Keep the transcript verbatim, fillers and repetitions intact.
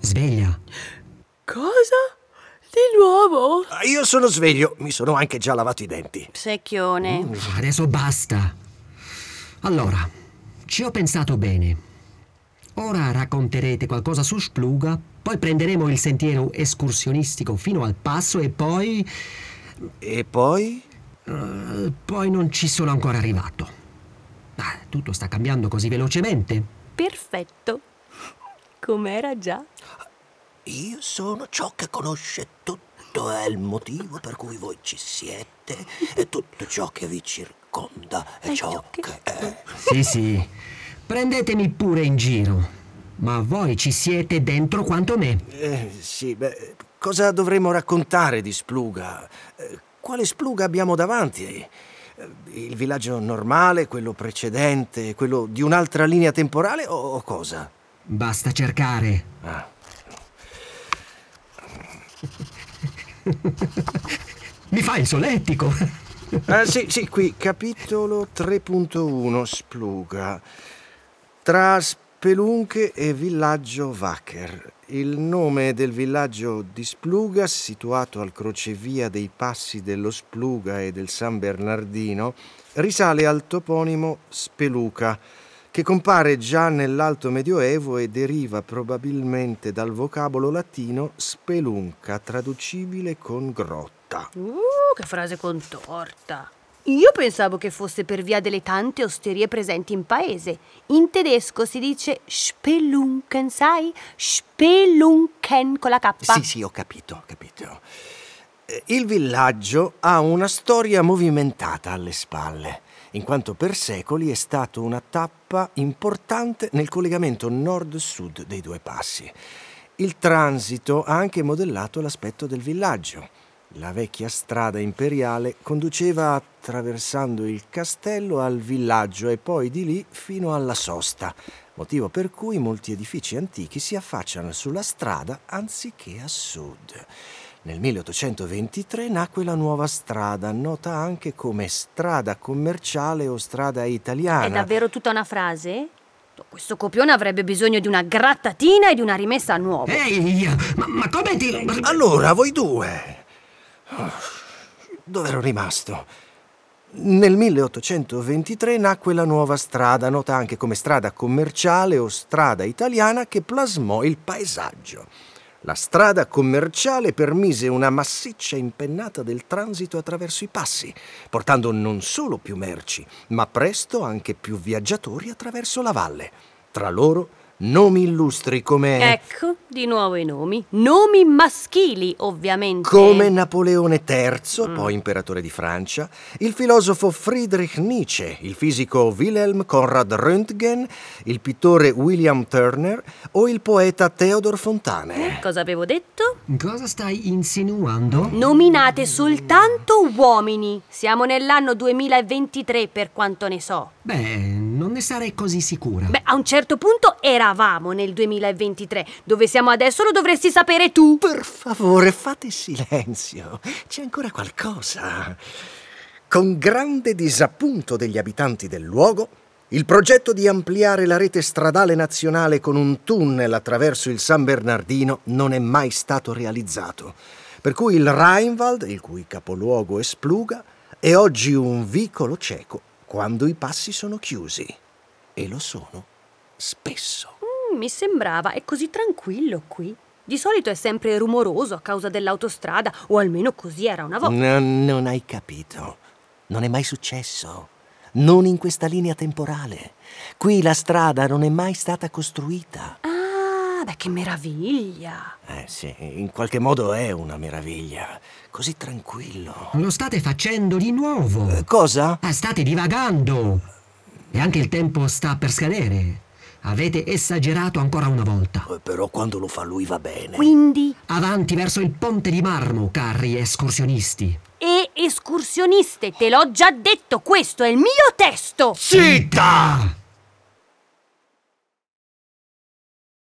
sveglia. Cosa? Di nuovo? Io sono sveglio, mi sono anche già lavato i denti. Secchione. Mm. Adesso basta. Allora, ci ho pensato bene. Ora racconterete qualcosa su Spluga, poi prenderemo il sentiero escursionistico fino al passo e poi... E poi? Uh, poi non ci sono ancora arrivato. Ah, tutto sta cambiando così velocemente. Perfetto. Com'era già? Io sono ciò che conosce tutto, è il motivo per cui voi ci siete, e tutto ciò che vi circonda è ciò che è. Sì, sì, prendetemi pure in giro, ma voi ci siete dentro quanto me. Eh, sì, beh, cosa dovremmo raccontare di Spluga? Eh, quale Spluga abbiamo davanti? Eh, il villaggio normale, quello precedente, quello di un'altra linea temporale o, o cosa? Basta cercare. Ah. Mi fa il solletico. Ah, sì, sì, qui capitolo tre punto uno Spluga. Tra Spelunche e villaggio Wacker. Il nome del villaggio di Spluga, situato al crocevia dei passi dello Spluga e del San Bernardino, risale al toponimo Speluca, che compare già nell'Alto Medioevo e deriva probabilmente dal vocabolo latino spelunca, traducibile con grotta. Uh, che frase contorta. Io pensavo che fosse per via delle tante osterie presenti in paese. In tedesco si dice Spelunken, sai? Spelunken con la K. Sì, sì, ho capito, ho capito. Il villaggio ha una storia movimentata alle spalle, in quanto per secoli è stato una tappa importante nel collegamento nord-sud dei due passi. Il transito ha anche modellato l'aspetto del villaggio. La vecchia strada imperiale conduceva attraversando il castello al villaggio e poi di lì fino alla sosta, motivo per cui molti edifici antichi si affacciano sulla strada anziché a sud. Nel milleottocentoventitré nacque la nuova strada, nota anche come strada commerciale o strada italiana. È davvero tutta una frase? Questo copione avrebbe bisogno di una grattatina e di una rimessa a nuovo. Ehi, ma, ma come ti... Allora, voi due... Dove ero rimasto? Nel milleottocentoventitré nacque la nuova strada, nota anche come strada commerciale o strada italiana, che plasmò il paesaggio. La strada commerciale permise una massiccia impennata del transito attraverso i passi, portando non solo più merci, ma presto anche più viaggiatori attraverso la valle. Tra loro nomi illustri come... Ecco, di nuovo i nomi. Nomi maschili, ovviamente. Come Napoleone terzo, Mm. poi imperatore di Francia, il filosofo Friedrich Nietzsche, il fisico Wilhelm Conrad Röntgen, il pittore William Turner o il poeta Theodor Fontane. Cosa avevo detto? Cosa stai insinuando? Nominate soltanto uomini. Siamo nell'anno duemilaventitré, per quanto ne so. Beh, non ne sarei così sicura. Beh, a un certo punto eravamo nel duemilaventitré. Dove siamo adesso lo dovresti sapere tu. Per favore, fate silenzio. C'è ancora qualcosa. Con grande disappunto degli abitanti del luogo, il progetto di ampliare la rete stradale nazionale con un tunnel attraverso il San Bernardino non è mai stato realizzato. Per cui il Rheinwald, il cui capoluogo è Spluga, è oggi un vicolo cieco quando i passi sono chiusi. E lo sono spesso. Mm, mi sembrava, è così tranquillo qui. Di solito è sempre rumoroso a causa dell'autostrada, o almeno così era una volta. No, non hai capito. Non è mai successo. Non in questa linea temporale. Qui la strada non è mai stata costruita. Ah, beh, che meraviglia. Eh sì, in qualche modo è una meraviglia. Così tranquillo. Lo state facendo di nuovo. Eh, cosa? Ah, state divagando. E anche il tempo sta per scadere. Avete esagerato ancora una volta. Eh, però quando lo fa lui va bene. Quindi, Avanti verso il ponte di marmo, cari escursionisti. e escursioniste, te l'ho già detto, questo è il mio testo. Zitta!